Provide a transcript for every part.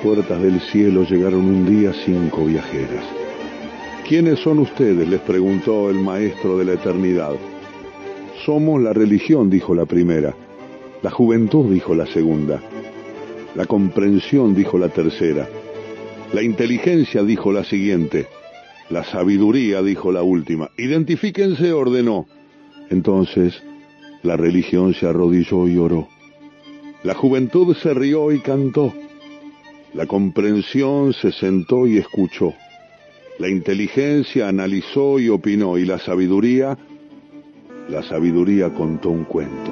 puertas del cielo llegaron un día 5 viajeras. ¿Quiénes son ustedes?, les preguntó el maestro de la eternidad. Somos la religión, dijo la primera. La juventud, dijo la segunda. La comprensión, dijo la tercera. La inteligencia, dijo la siguiente. La sabiduría, dijo la última. Identifíquense, ordenó. Entonces, la religión se arrodilló y oró. La juventud se rió y cantó. La comprensión se sentó y escuchó. La inteligencia analizó y opinó. Y la sabiduría contó un cuento.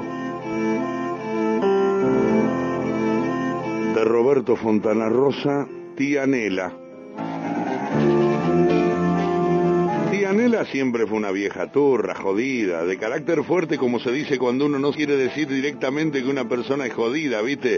De Roberto Fontana Rosa, Tía Nela. Tía Nela siempre fue una vieja turra, jodida, de carácter fuerte, como se dice cuando uno no quiere decir directamente que una persona es jodida, ¿viste?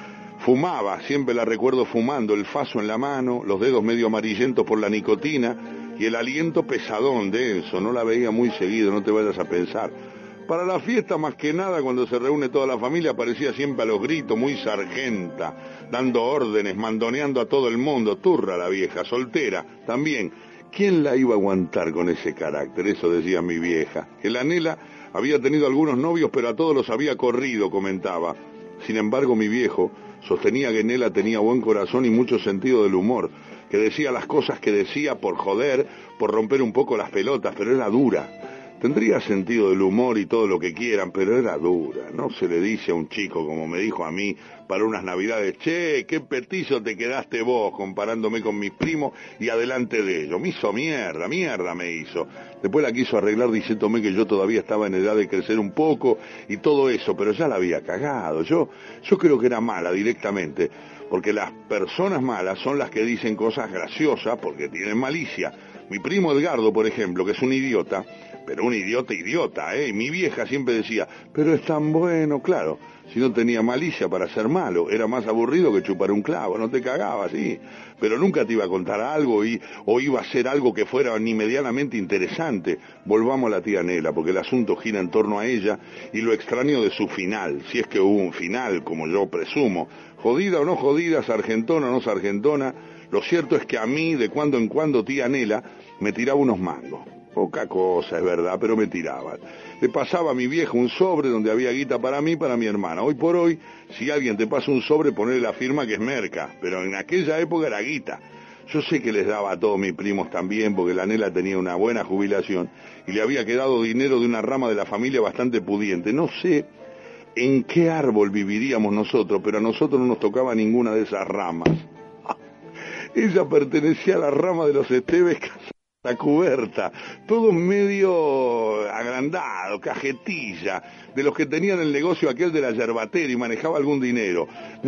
Fumaba, siempre la recuerdo fumando, el faso en la mano, los dedos medio amarillentos por la nicotina y el aliento pesadón, denso. No la veía muy seguido, no te vayas a pensar. Para la fiesta, más que nada, cuando se reúne toda la familia, aparecía siempre a los gritos, muy sargenta, dando órdenes, mandoneando a todo el mundo. Turra la vieja, soltera, también. ¿Quién la iba a aguantar con ese carácter? Eso decía mi vieja. Que la Nela había tenido algunos novios, pero a todos los había corrido, comentaba. Sin embargo, mi viejo sostenía que Nela tenía buen corazón y mucho sentido del humor, que decía las cosas que decía por joder, por romper un poco las pelotas, pero era dura. Tendría sentido del humor y todo lo que quieran, pero era dura. No se le dice a un chico, como me dijo a mí, para unas navidades, che, qué petizo te quedaste vos, comparándome con mis primos y adelante de ellos. Me hizo mierda me hizo. Después la quiso arreglar diciéndome que yo todavía estaba en edad de crecer un poco y todo eso, pero ya la había cagado. Yo creo que era mala directamente, porque las personas malas son las que dicen cosas graciosas porque tienen malicia. Mi primo Edgardo, por ejemplo, que es un idiota, pero un idiota, y mi vieja siempre decía, pero es tan bueno, claro, si no tenía malicia para ser malo, era más aburrido que chupar un clavo, no te cagabas, sí, pero nunca te iba a contar algo o iba a hacer algo que fuera ni medianamente interesante. Volvamos a la tía Nela, porque el asunto gira en torno a ella y lo extraño de su final, si es que hubo un final, como yo presumo, jodida o no jodida, sargentona o no sargentona. Lo cierto es que a mí, de cuando en cuando, tía Nela me tiraba unos mangos. Poca cosa, es verdad, pero me tiraban. Le pasaba a mi viejo un sobre donde había guita para mí y para mi hermana. Hoy por hoy, si alguien te pasa un sobre, ponele la firma que es merca, pero en aquella época era guita. Yo sé que les daba a todos mis primos también, porque la Nela tenía una buena jubilación y le había quedado dinero de una rama de la familia bastante pudiente. No sé en qué árbol viviríamos nosotros, pero a nosotros no nos tocaba ninguna de esas ramas. Ella pertenecía a la rama de los Esteves, la cubierta, todo medio agrandado, cajetilla, de los que tenían el negocio aquel de la yerbatera y manejaba algún dinero.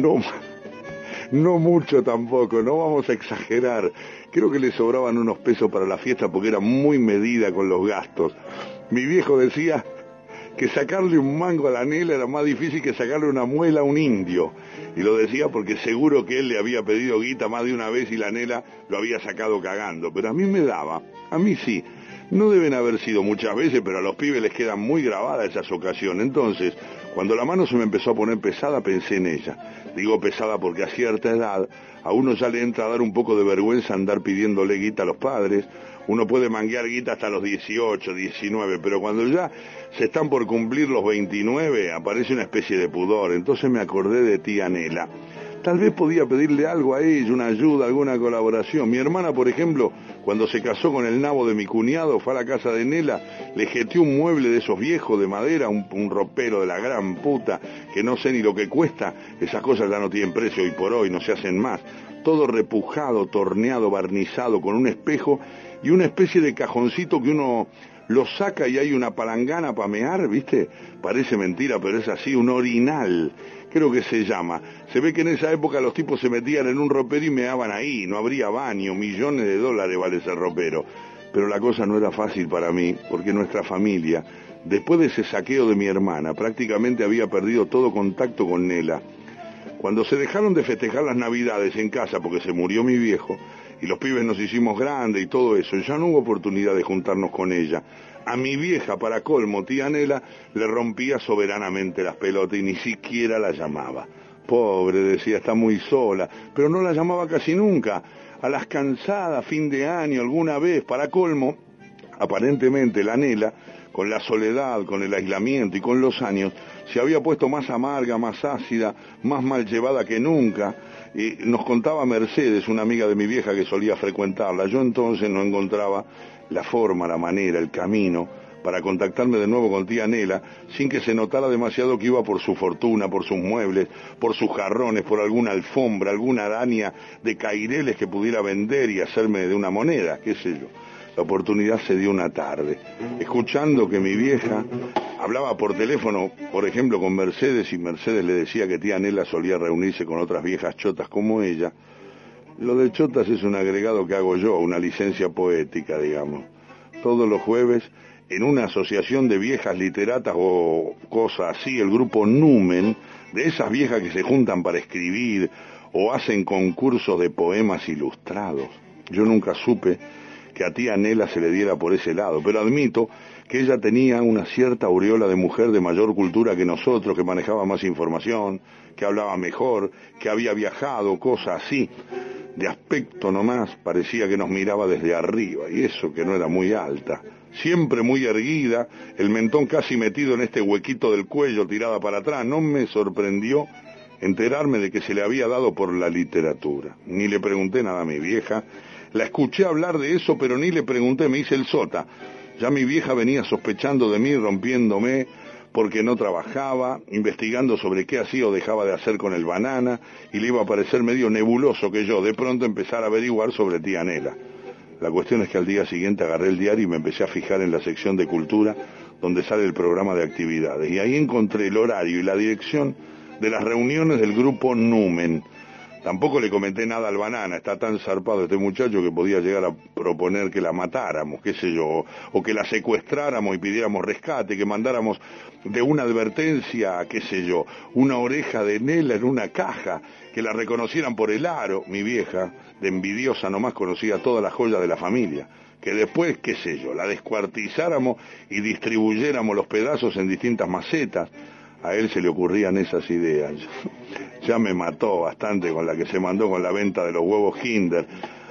No mucho tampoco, no vamos a exagerar. Creo que le sobraban unos pesos para la fiesta porque era muy medida con los gastos. Mi viejo decía que sacarle un mango a la Nela era más difícil que sacarle una muela a un indio. Y lo decía porque seguro que él le había pedido guita más de una vez y la Nela lo había sacado cagando. Pero a mí me daba, a mí sí. No deben haber sido muchas veces, pero a los pibes les quedan muy grabadas esas ocasiones. Entonces, cuando la mano se me empezó a poner pesada, pensé en ella. Digo pesada porque a cierta edad a uno ya le entra a dar un poco de vergüenza andar pidiéndole guita a los padres. Uno puede manguear guita hasta los 18, 19, pero cuando ya se están por cumplir los 29, aparece una especie de pudor. Entonces me acordé de tía Nela. Tal vez podía pedirle algo a ella, una ayuda, alguna colaboración. Mi hermana, por ejemplo, cuando se casó con el nabo de mi cuñado, fue a la casa de Nela, le jeteó un mueble de esos viejos de madera, un ropero de la gran puta, que no sé ni lo que cuesta. Esas cosas ya no tienen precio hoy por hoy, no se hacen más. Todo repujado, torneado, barnizado, con un espejo y una especie de cajoncito que uno lo saca y hay una palangana para mear, ¿viste? Parece mentira, pero es así, un orinal, creo que se llama. Se ve que en esa época los tipos se metían en un ropero y meaban ahí, no habría baño, millones de dólares vale ese ropero. Pero la cosa no era fácil para mí, porque nuestra familia, después de ese saqueo de mi hermana, prácticamente había perdido todo contacto con Nela. Cuando se dejaron de festejar las Navidades en casa porque se murió mi viejo, y los pibes nos hicimos grandes y todo eso, ya no hubo oportunidad de juntarnos con ella. A mi vieja, para colmo, tía Nela, le rompía soberanamente las pelotas y ni siquiera la llamaba. Pobre, decía, está muy sola, pero no la llamaba casi nunca. A las cansadas, fin de año, alguna vez, para colmo, aparentemente la Nela, con la soledad, con el aislamiento y con los años, se había puesto más amarga, más ácida, más mal llevada que nunca. Y nos contaba Mercedes, una amiga de mi vieja que solía frecuentarla. Yo entonces no encontraba la forma, la manera, el camino para contactarme de nuevo con tía Nela, sin que se notara demasiado que iba por su fortuna, por sus muebles, por sus jarrones, por alguna alfombra, alguna araña de caireles que pudiera vender y hacerme de una moneda, qué sé yo. La oportunidad se dio una tarde, escuchando que mi vieja hablaba por teléfono, por ejemplo, con Mercedes, y Mercedes le decía que tía Nela solía reunirse con otras viejas chotas como ella. Lo de chotas es un agregado que hago yo, una licencia poética, digamos. Todos los jueves, en una asociación de viejas literatas o cosas así, el grupo Numen, de esas viejas que se juntan para escribir o hacen concursos de poemas ilustrados. Yo nunca supe que a tía Nela se le diera por ese lado, pero admito que ella tenía una cierta aureola de mujer de mayor cultura que nosotros, que manejaba más información, que hablaba mejor, que había viajado, cosas así. De aspecto nomás parecía que nos miraba desde arriba, y eso que no era muy alta. Siempre muy erguida, el mentón casi metido en este huequito del cuello, tirada para atrás. No me sorprendió enterarme de que se le había dado por la literatura. Ni le pregunté nada a mi vieja. La escuché hablar de eso, pero ni le pregunté, me hice el sota. Ya mi vieja venía sospechando de mí, rompiéndome porque no trabajaba, investigando sobre qué hacía o dejaba de hacer con el banana, y le iba a parecer medio nebuloso que yo de pronto empezara a averiguar sobre tía Nela. La cuestión es que al día siguiente agarré el diario y me empecé a fijar en la sección de cultura, donde sale el programa de actividades, y ahí encontré el horario y la dirección de las reuniones del grupo Numen. Tampoco le comenté nada al banana, está tan zarpado este muchacho que podía llegar a proponer que la matáramos, qué sé yo, o que la secuestráramos y pidiéramos rescate, que mandáramos de una advertencia, qué sé yo, una oreja de Nela en una caja, que la reconocieran por el aro. Mi vieja, de envidiosa nomás, conocía todas las joyas de la familia, que después, qué sé yo, la descuartizáramos y distribuyéramos los pedazos en distintas macetas. A él se le ocurrían esas ideas. Ya me mató bastante con la que se mandó con la venta de los huevos Kinder.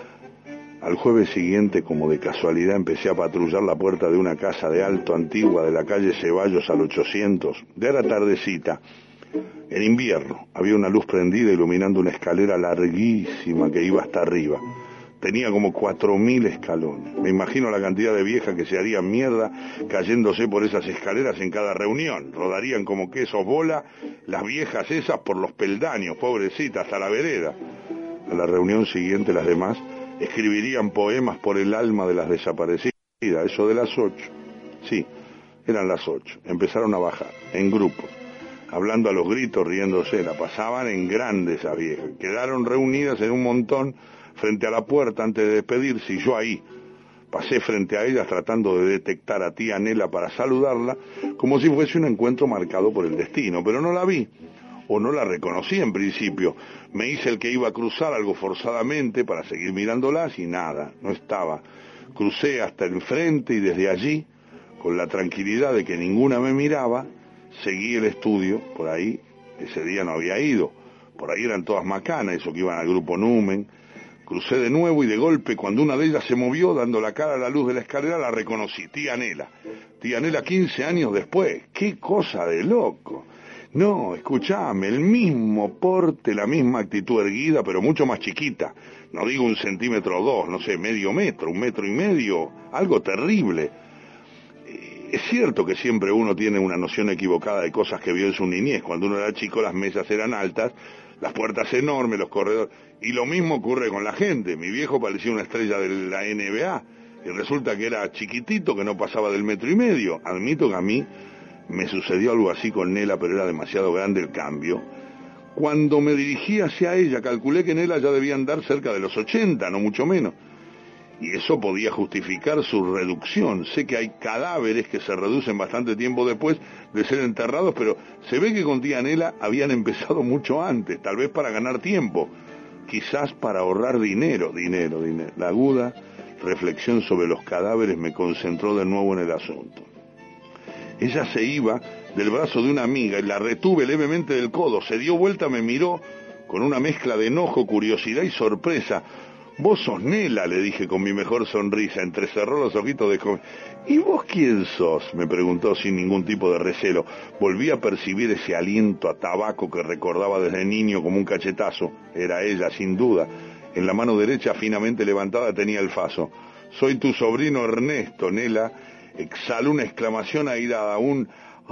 Al jueves siguiente, como de casualidad, empecé a patrullar la puerta de una casa de alto antigua de la calle Ceballos al 800. Ya era tardecita. En invierno había una luz prendida iluminando una escalera larguísima que iba hasta arriba. Tenía como 4000 escalones. Me imagino la cantidad de viejas que se harían mierda cayéndose por esas escaleras en cada reunión. Rodarían como quesos bola las viejas esas por los peldaños, pobrecitas, hasta la vereda. A la reunión siguiente las demás escribirían poemas por el alma de las desaparecidas. Eso de las 8. Sí, eran las 8. Empezaron a bajar, en grupos, hablando a los gritos, riéndose. La pasaban en grande esas viejas. Quedaron reunidas en un montón frente a la puerta antes de despedirse, y yo ahí pasé frente a ellas tratando de detectar a tía Nela para saludarla, como si fuese un encuentro marcado por el destino, pero no la vi, o no la reconocí en principio. Me hice el que iba a cruzar algo forzadamente para seguir mirándolas y nada, no estaba. Crucé hasta el frente y desde allí, con la tranquilidad de que ninguna me miraba, seguí el estudio. Por ahí, ese día no había ido, por ahí eran todas macanas, eso que iban al grupo Numen. Crucé de nuevo y de golpe, cuando una de ellas se movió, dando la cara a la luz de la escalera, la reconocí, tía Nela. Tía Nela 15 años después. ¡Qué cosa de loco! No, escuchame, el mismo porte, la misma actitud erguida, pero mucho más chiquita. No digo 1 centímetro o 2, no sé, medio metro, 1,5 metros, algo terrible. Es cierto que siempre uno tiene una noción equivocada de cosas que vio en su niñez. Cuando uno era chico las mesas eran altas, las puertas enormes, los corredores, y lo mismo ocurre con la gente. Mi viejo parecía una estrella de la NBA, y resulta que era chiquitito, que no pasaba del 1,5 metros. Admito que a mí me sucedió algo así con Nela, pero era demasiado grande el cambio. Cuando me dirigí hacia ella, calculé que Nela ya debía andar cerca de los 80, no mucho menos. Y eso podía justificar su reducción. Sé que hay cadáveres que se reducen bastante tiempo después de ser enterrados, pero se ve que con tía Nela habían empezado mucho antes, tal vez para ganar tiempo, quizás para ahorrar dinero. La aguda reflexión sobre los cadáveres me concentró de nuevo en el asunto. Ella se iba del brazo de una amiga y la retuve levemente del codo. Se dio vuelta, me miró con una mezcla de enojo, curiosidad y sorpresa. «Vos sos Nela», le dije con mi mejor sonrisa, entrecerró los ojitos de joven. «¿Y vos quién sos?», me preguntó sin ningún tipo de recelo. Volví a percibir ese aliento a tabaco que recordaba desde niño como un cachetazo. Era ella, sin duda. En la mano derecha, finamente levantada, tenía el faso. «Soy tu sobrino Ernesto», Nela exhaló una exclamación airada, un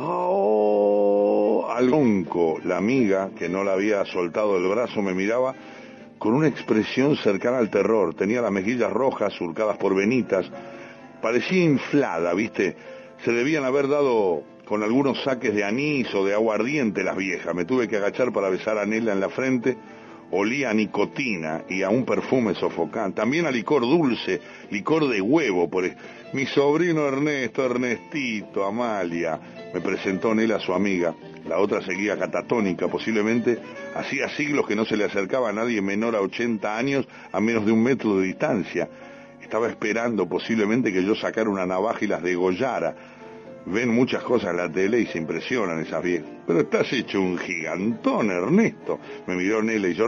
«oh», al ronco. La amiga, que no la había soltado del brazo, me miraba con una expresión cercana al terror. Tenía las mejillas rojas, surcadas por venitas. Parecía inflada, ¿viste? Se debían haber dado con algunos saques de anís o de aguardiente las viejas. Me tuve que agachar para besar a Nela en la frente. Olía a nicotina y a un perfume sofocante. También a licor dulce, licor de huevo. Mi sobrino Ernesto, Ernestito, Amalia. Me presentó Nela a su amiga. La otra seguía catatónica, posiblemente hacía siglos que no se le acercaba a nadie menor a 80 años a menos de 1 metro de distancia. Estaba esperando posiblemente que yo sacara una navaja y las degollara. Ven muchas cosas en la tele y se impresionan esas viejas. «Pero estás hecho un gigantón, Ernesto», me miró Nela, y yo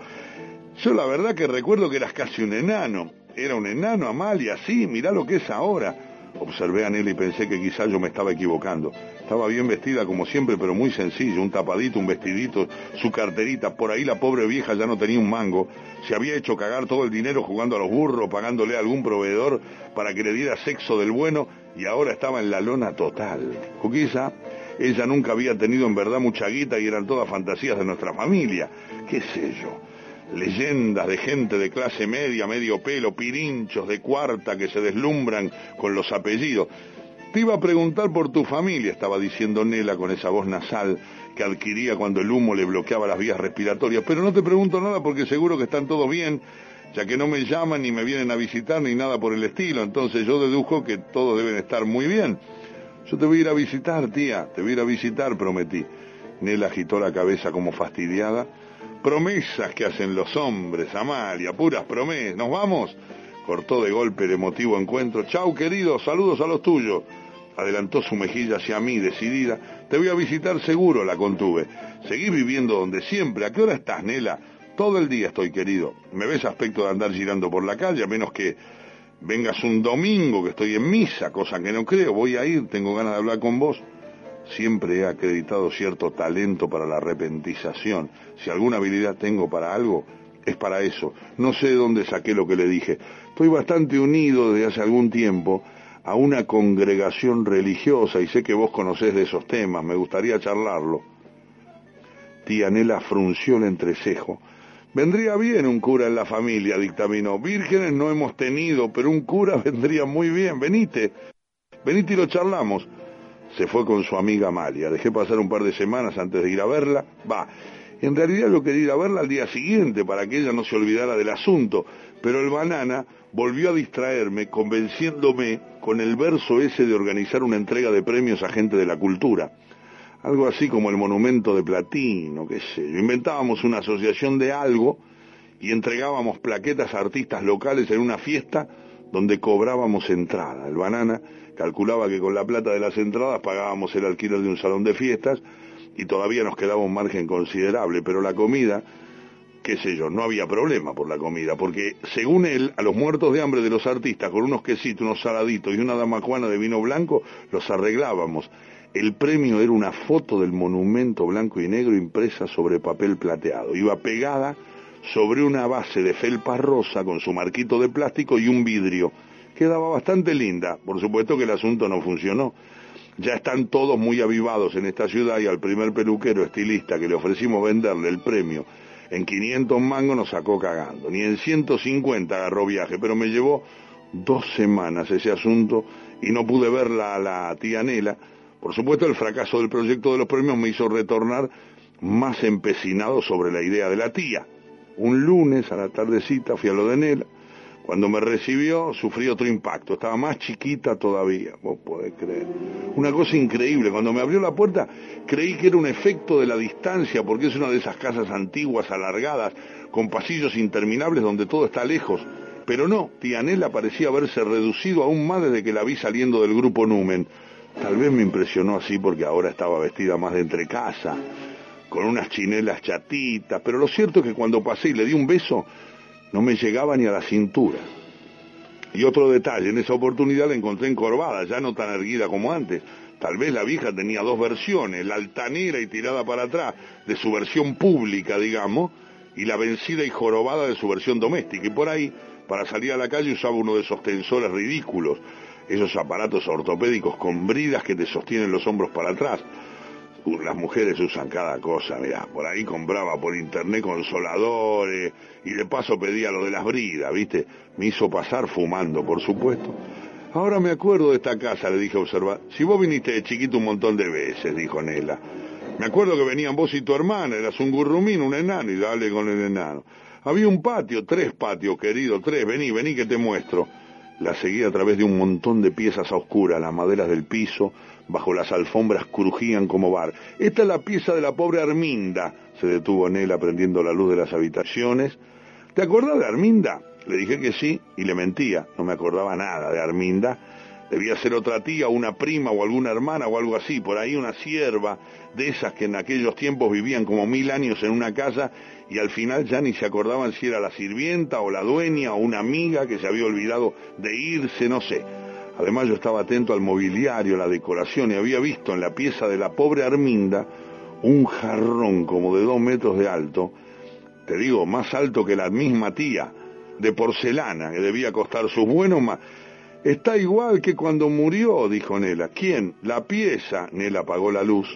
la verdad que recuerdo que eras casi un enano. Era un enano, Amalia, sí, mirá lo que es ahora. Observé a Nela y pensé que quizás yo me estaba equivocando. Estaba bien vestida como siempre, pero muy sencillo, un tapadito, un vestidito, su carterita. Por ahí la pobre vieja ya no tenía un mango. Se había hecho cagar todo el dinero jugando a los burros, pagándole a algún proveedor para que le diera sexo del bueno, y ahora estaba en la lona total. O quizá ella nunca había tenido en verdad mucha guita y eran todas fantasías de nuestra familia. ¿Qué sé yo? Leyendas de gente de clase media, medio pelo, pirinchos de cuarta que se deslumbran con los apellidos. «Te iba a preguntar por tu familia», estaba diciendo Nela con esa voz nasal que adquiría cuando el humo le bloqueaba las vías respiratorias. «Pero no te pregunto nada porque seguro que están todos bien, ya que no me llaman ni me vienen a visitar ni nada por el estilo. Entonces yo dedujo que todos deben estar muy bien». «Yo te voy a ir a visitar, tía, te voy a ir a visitar», prometí. Nela agitó la cabeza como fastidiada. «Promesas que hacen los hombres, Amalia, puras promesas. ¿Nos vamos?», cortó de golpe el emotivo encuentro. «Chau, querido, saludos a los tuyos». Adelantó su mejilla hacia mí, decidida. «Te voy a visitar seguro», la contuve. «Seguí viviendo donde siempre. ¿A qué hora estás, Nela?» «Todo el día estoy, querido. Me ves aspecto de andar girando por la calle, a menos que vengas un domingo que estoy en misa, cosa que no creo. Voy a ir, tengo ganas de hablar con vos». Siempre he acreditado cierto talento para la repentización. Si alguna habilidad tengo para algo, es para eso. No sé de dónde saqué lo que le dije. Estoy bastante unido desde hace algún tiempo a una congregación religiosa y sé que vos conocés de esos temas. Me gustaría charlarlo. Tía Nela frunció el entrecejo. «Vendría bien un cura en la familia», dictaminó. «Vírgenes no hemos tenido, pero un cura vendría muy bien. Venite y lo charlamos». Se fue con su amiga Amalia. Dejé pasar un par de semanas antes de ir a verla. En realidad yo quería ir a verla al día siguiente para que ella no se olvidara del asunto, pero el banana volvió a distraerme convenciéndome con el verso ese de organizar una entrega de premios a gente de la cultura. Algo así como el monumento de platino, qué sé yo. Inventábamos una asociación de algo y entregábamos plaquetas a artistas locales en una fiesta donde cobrábamos entrada. El banana calculaba que con la plata de las entradas pagábamos el alquiler de un salón de fiestas y todavía nos quedaba un margen considerable, pero la comida, qué sé yo, no había problema por la comida, porque según él, a los muertos de hambre de los artistas, con unos quesitos, unos saladitos y una damajuana de vino blanco, los arreglábamos. El premio era una foto del monumento blanco y negro impresa sobre papel plateado. Iba pegada sobre una base de felpa rosa con su marquito de plástico y un vidrio. Quedaba bastante linda. Por supuesto que el asunto no funcionó. Ya están todos muy avivados en esta ciudad y al primer peluquero estilista que le ofrecimos venderle el premio en 500 mangos nos sacó cagando. Ni en 150 agarró viaje, pero me llevó 2 semanas ese asunto y no pude verla a la tía Nela. Por supuesto, el fracaso del proyecto de los premios me hizo retornar más empecinado sobre la idea de la tía. Un lunes a la tardecita fui a lo de Nela. Cuando me recibió, sufrí otro impacto. Estaba más chiquita todavía, vos podés creer. Una cosa increíble. Cuando me abrió la puerta, creí que era un efecto de la distancia, porque es una de esas casas antiguas, alargadas, con pasillos interminables donde todo está lejos. Pero no, tía Nela parecía haberse reducido aún más desde que la vi saliendo del grupo Numen. Tal vez me impresionó así porque ahora estaba vestida más de entrecasa, con unas chinelas chatitas, pero lo cierto es que cuando pasé y le di un beso, no me llegaba ni a la cintura. Y otro detalle, en esa oportunidad la encontré encorvada, ya no tan erguida como antes. Tal vez la vieja tenía dos versiones, la altanera y tirada para atrás, de su versión pública, digamos, y la vencida y jorobada de su versión doméstica. Y por ahí, para salir a la calle, usaba uno de esos tensores ridículos, esos aparatos ortopédicos con bridas que te sostienen los hombros para atrás. Las mujeres usan cada cosa, mirá, por ahí compraba por internet consoladores y de paso pedía lo de las bridas, ¿viste? Me hizo pasar fumando, por supuesto. Ahora me acuerdo de esta casa, le dije a observar. Si vos viniste de chiquito un montón de veces, dijo Nela. Me acuerdo que venían vos y tu hermana, eras un gurrumín, un enano, y dale con el enano. Había un patio, 3 patios, querido, 3, vení que te muestro. La seguí a través de un montón de piezas a oscuras, las maderas del piso, bajo las alfombras crujían como bar. Esta es la pieza de la pobre Arminda, se detuvo Nela prendiendo la luz de las habitaciones. ¿Te acordás de Arminda? Le dije que sí, y le mentía, no me acordaba nada de Arminda. Debía ser otra tía, una prima o alguna hermana o algo así, por ahí una sierva, de esas que en aquellos tiempos vivían como 1000 años en una casa y al final ya ni se acordaban si era la sirvienta o la dueña o una amiga que se había olvidado de irse, no sé. Además yo estaba atento al mobiliario, a la decoración y había visto en la pieza de la pobre Arminda un jarrón como de 2 metros de alto, te digo, más alto que la misma tía, de porcelana, que debía costar sus buenos más. Está igual que cuando murió, dijo Nela. ¿Quién? La pieza. Nela apagó la luz.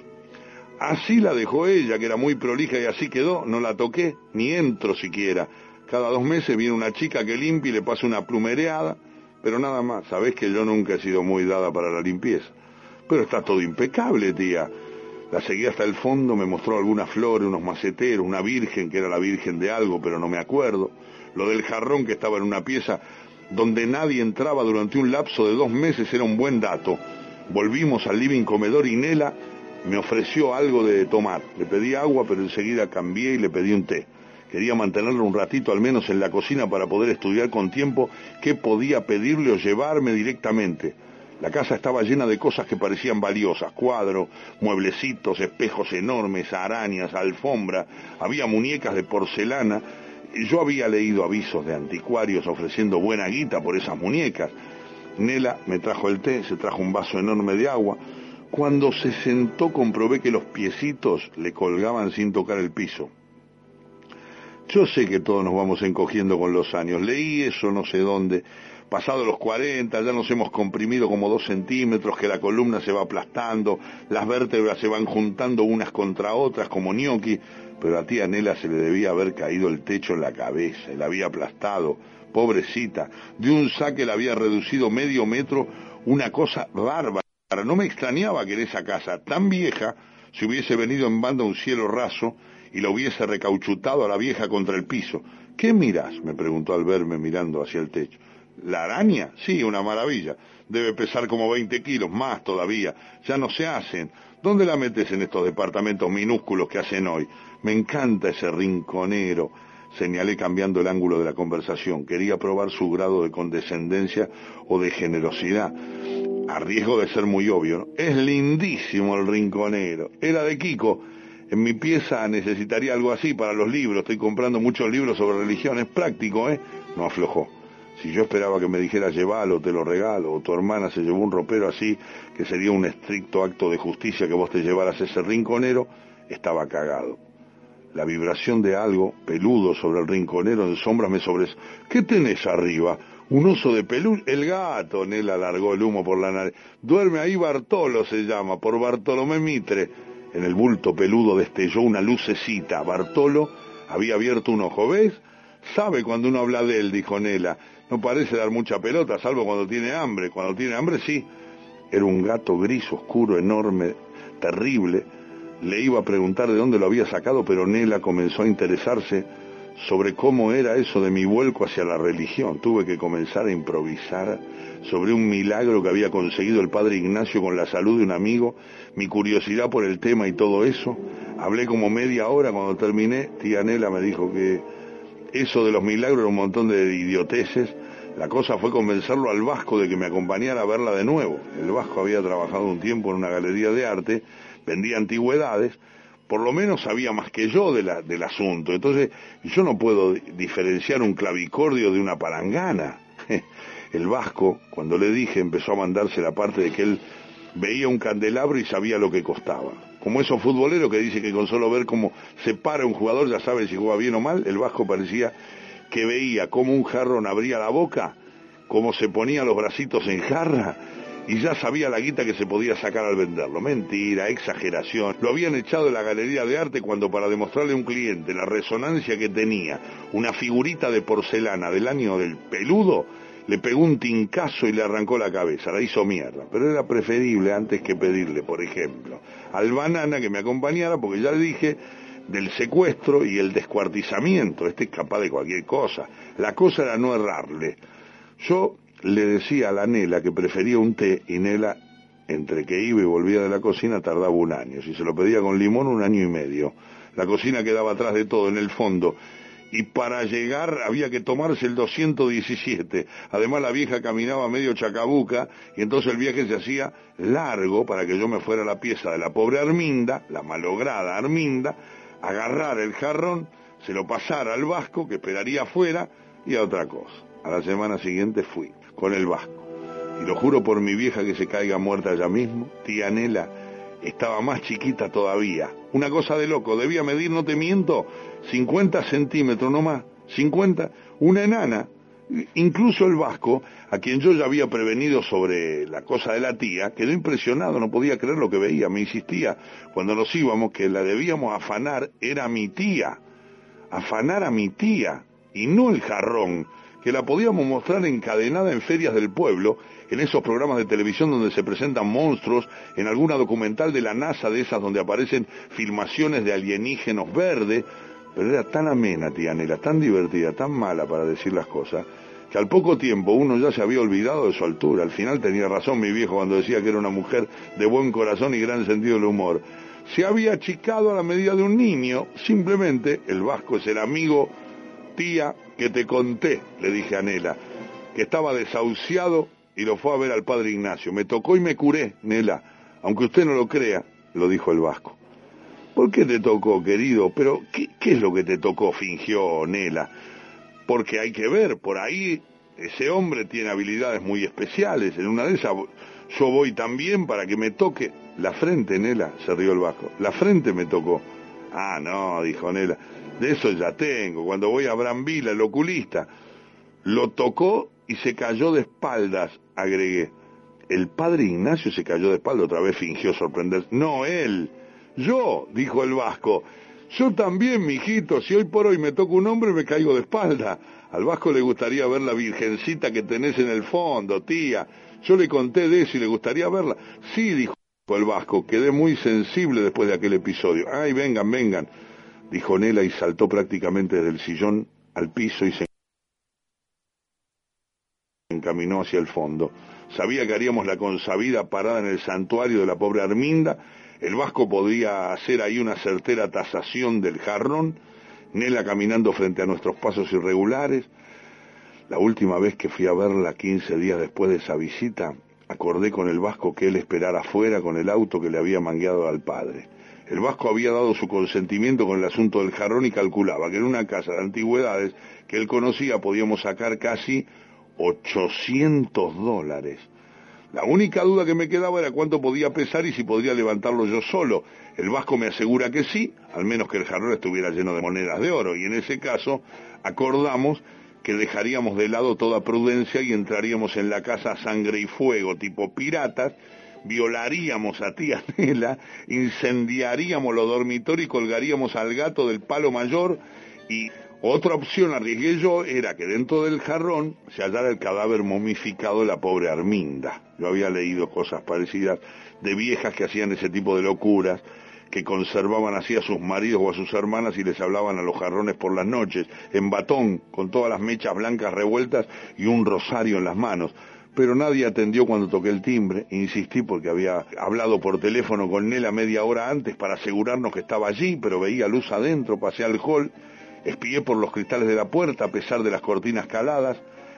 Así la dejó ella, que era muy prolija y así quedó. No la toqué, ni entro siquiera. Cada 2 meses viene una chica que limpia y le pasa una plumereada, pero nada más. Sabés que yo nunca he sido muy dada para la limpieza. Pero está todo impecable, tía. La seguí hasta el fondo, me mostró algunas flores, unos maceteros, una virgen que era la virgen de algo, pero no me acuerdo. Lo del jarrón que estaba en una pieza donde nadie entraba durante un lapso de 2 meses era un buen dato. Volvimos al living comedor y Nela me ofreció algo de tomar. Le pedí agua, pero enseguida cambié y le pedí un té. Quería mantenerlo un ratito al menos en la cocina para poder estudiar con tiempo qué podía pedirle o llevarme directamente. La casa estaba llena de cosas que parecían valiosas, cuadros, mueblecitos, espejos enormes, arañas, alfombra, había muñecas de porcelana. Yo había leído avisos de anticuarios ofreciendo buena guita por esas muñecas. Nela me trajo el té, se trajo un vaso enorme de agua. Cuando se sentó comprobé que los piecitos le colgaban sin tocar el piso. Yo sé que todos nos vamos encogiendo con los años. Leí eso no sé dónde. Pasados los 40 ya nos hemos comprimido como 2 centímetros, que la columna se va aplastando, las vértebras se van juntando unas contra otras como ñoqui, pero a tía Nela se le debía haber caído el techo en la cabeza, la había aplastado, pobrecita, de un saque la había reducido medio metro, una cosa bárbara. No me extrañaba que en esa casa tan vieja se hubiese venido en banda un cielo raso y la hubiese recauchutado a la vieja contra el piso. ¿Qué mirás?, me preguntó al verme mirando hacia el techo. ¿La araña? Sí, una maravilla. Debe pesar como 20 kilos, más todavía. Ya no se hacen. ¿Dónde la metes en estos departamentos minúsculos que hacen hoy? Me encanta ese rinconero. Señalé cambiando el ángulo de la conversación. Quería probar su grado de condescendencia o de generosidad. A riesgo de ser muy obvio, ¿no? Es lindísimo el rinconero. Era de Kiko. En mi pieza necesitaría algo así para los libros. Estoy comprando muchos libros sobre religión. Es práctico, ¿eh? No aflojó. Si yo esperaba que me dijera llévalo, te lo regalo, o tu hermana se llevó un ropero así, que sería un estricto acto de justicia que vos te llevaras ese rinconero, estaba cagado. La vibración de algo peludo sobre el rinconero en sombras me sobres... ¿Qué tenés arriba? ¿Un oso de peluche? El gato. Nela largó el humo por la nariz. Duerme ahí Bartolo se llama, por Bartolomé Mitre. En el bulto peludo destelló una lucecita. Bartolo había abierto un ojo. ¿Ves? Sabe cuando uno habla de él, dijo Nela. No parece dar mucha pelota, salvo cuando tiene hambre. Cuando tiene hambre, sí. Era un gato gris, oscuro, enorme, terrible. Le iba a preguntar de dónde lo había sacado, pero Nela comenzó a interesarse sobre cómo era eso de mi vuelco hacia la religión. Tuve que comenzar a improvisar sobre un milagro que había conseguido el padre Ignacio con la salud de un amigo, mi curiosidad por el tema y todo eso. Hablé como media hora. Cuando terminé, tía Nela me dijo que eso de los milagros era un montón de idioteces. La cosa fue convencerlo al Vasco de que me acompañara a verla de nuevo. El Vasco había trabajado un tiempo en una galería de arte, vendía antigüedades, por lo menos sabía más que yo del asunto. Entonces, yo no puedo diferenciar un clavicordio de una palangana. El Vasco, cuando le dije, empezó a mandarse la parte de que él veía un candelabro y sabía lo que costaba. Como esos futboleros que dicen que con solo ver cómo se para un jugador ya sabe si juega bien o mal, el Vasco parecía que veía cómo un jarrón abría la boca, cómo se ponía los bracitos en jarra, y ya sabía la guita que se podía sacar al venderlo. Mentira, exageración. Lo habían echado de la galería de arte cuando, para demostrarle a un cliente la resonancia que tenía una figurita de porcelana del año del peludo, le pegó un tincazo y le arrancó la cabeza, la hizo mierda. Pero era preferible antes que pedirle, por ejemplo, al Banana que me acompañara, porque ya le dije del secuestro y el descuartizamiento. Este es capaz de cualquier cosa. La cosa era no errarle. Yo le decía a la Nela que prefería un té, y Nela, entre que iba y volvía de la cocina, tardaba un año. Si se lo pedía con limón, 1 año y medio. La cocina quedaba atrás de todo, en el fondo, y para llegar había que tomarse el 217. Además, la vieja caminaba medio chacabuca, y entonces el viaje se hacía largo para que yo me fuera a la pieza de la pobre Arminda, la malograda Arminda, agarrar el jarrón, se lo pasara al Vasco, que esperaría afuera, y a otra cosa. A la semana siguiente fui con el Vasco, y lo juro por mi vieja que se caiga muerta ya mismo, tía Nela estaba más chiquita todavía. Una cosa de loco, debía medir, no te miento, 50 centímetros no más, 50, una enana. Incluso el Vasco, a quien yo ya había prevenido sobre la cosa de la tía, quedó impresionado, no podía creer lo que veía. Me insistía, cuando nos íbamos, que la debíamos afanar, era mi tía, afanar a mi tía, y no el jarrón, que la podíamos mostrar encadenada en ferias del pueblo, en esos programas de televisión donde se presentan monstruos, en alguna documental de la NASA, de esas donde aparecen filmaciones de alienígenos verdes. Pero era tan amena, tía Nela, tan divertida, tan mala para decir las cosas, que al poco tiempo uno ya se había olvidado de su altura. Al final tenía razón mi viejo cuando decía que era una mujer de buen corazón y gran sentido del humor. Se había achicado a la medida de un niño. Simplemente el Vasco es el amigo, tía, que te conté, le dije a Nela, que estaba desahuciado y lo fue a ver al padre Ignacio. Me tocó y me curé, Nela, aunque usted no lo crea, lo dijo el Vasco. ¿Por qué te tocó, querido? Pero, ¿qué es lo que te tocó? Fingió Nela. Porque hay que ver, por ahí ese hombre tiene habilidades muy especiales. En una de esas yo voy también para que me toque la frente, Nela, se rió el Vasco. La frente me tocó. Ah, no, dijo Nela, de eso ya tengo. Cuando voy a Brambila, el oculista, lo tocó y se cayó de espaldas, agregué. El padre Ignacio se cayó de espaldas, otra vez fingió sorprenderse. No, él. Yo, dijo el Vasco. Yo también, mijito, si hoy por hoy me toca un hombre me caigo de espalda. Al Vasco le gustaría ver la virgencita que tenés en el fondo, tía. Yo le conté de eso y le gustaría verla. Sí, dijo el Vasco, quedé muy sensible después de aquel episodio. Ay, vengan, vengan, dijo Nela y saltó prácticamente desde el sillón al piso y se encaminó hacia el fondo. Sabía que haríamos la consabida parada en el santuario de la pobre Arminda. El Vasco podía hacer ahí una certera tasación del jarrón, Nela caminando frente a nuestros pasos irregulares. La última vez que fui a verla, 15 días después de esa visita, acordé con el Vasco que él esperara afuera con el auto que le había mangueado al padre. El Vasco había dado su consentimiento con el asunto del jarrón y calculaba que en una casa de antigüedades que él conocía podíamos sacar casi $800. La única duda que me quedaba era cuánto podía pesar y si podría levantarlo yo solo. El Vasco me asegura que sí, al menos que el jarrón estuviera lleno de monedas de oro, y en ese caso acordamos que dejaríamos de lado toda prudencia y entraríamos en la casa a sangre y fuego, tipo piratas, violaríamos a tía Nela, incendiaríamos los dormitorios y colgaríamos al gato del palo mayor. Y otra opción, arriesgué yo, era que dentro del jarrón se hallara el cadáver momificado de la pobre Arminda. Yo había leído cosas parecidas de viejas que hacían ese tipo de locuras, que conservaban así a sus maridos o a sus hermanas y les hablaban a los jarrones por las noches, en batón, con todas las mechas blancas revueltas y un rosario en las manos. Pero nadie atendió cuando toqué el timbre. Insistí porque había hablado por teléfono con Nela media hora antes para asegurarnos que estaba allí, pero veía luz adentro. Pasé al hall, espié por los cristales de la puerta a pesar de las cortinas caladas.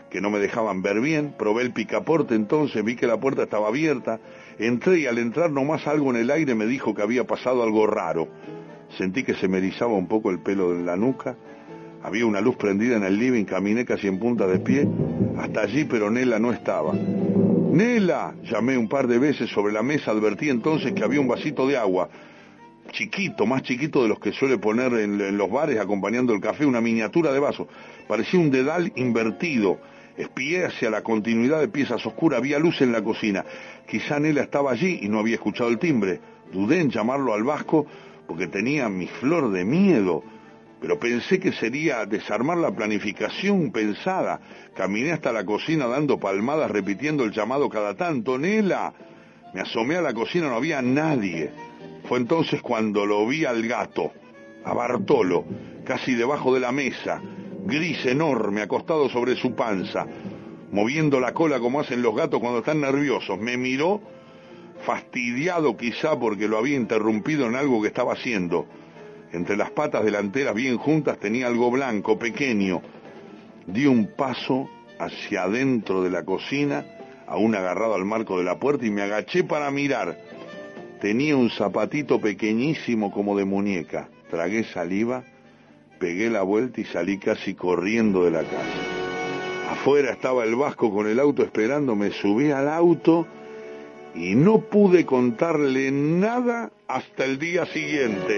que no me dejaban ver bien. Probé el picaporte entonces, vi que la puerta estaba abierta, entré y al entrar nomás algo en el aire me dijo que había pasado algo raro. Sentí que se me erizaba un poco el pelo en la nuca. Había una luz prendida en el living, caminé casi en punta de pie hasta allí, pero Nela no estaba. ¡Nela! Llamé un par de veces. Sobre la mesa advertí entonces que había un vasito de agua, chiquito, más chiquito de los que suele poner en los bares acompañando el café, una miniatura de vaso. Parecía un dedal invertido. Espié hacia la continuidad de piezas oscuras, había luz en la cocina. Quizá Nela estaba allí y no había escuchado el timbre. Dudé en llamarlo al vasco porque tenía mi flor de miedo, pero pensé que sería desarmar la planificación pensada. Caminé hasta la cocina dando palmadas, repitiendo el llamado cada tanto. ¡Nela! Me asomé a la cocina, no había nadie. Fue entonces cuando lo vi al gato, a Bartolo, casi debajo de la mesa, gris enorme, acostado sobre su panza, moviendo la cola como hacen los gatos cuando están nerviosos. Me miró, fastidiado quizá porque lo había interrumpido en algo que estaba haciendo. Entre las patas delanteras bien juntas tenía algo blanco, pequeño. Di un paso hacia adentro de la cocina, aún agarrado al marco de la puerta, y me agaché para mirar. Tenía un zapatito pequeñísimo como de muñeca. Tragué saliva, pegué la vuelta y salí casi corriendo de la casa. Afuera estaba el vasco con el auto esperando. Me subí al auto y no pude contarle nada hasta el día siguiente.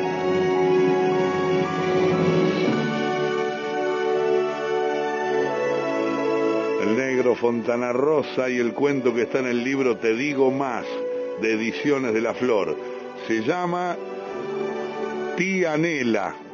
El negro Fontana Rosa y el cuento que está en el libro Te digo más, de Ediciones de la Flor. Se llama Tía Nela.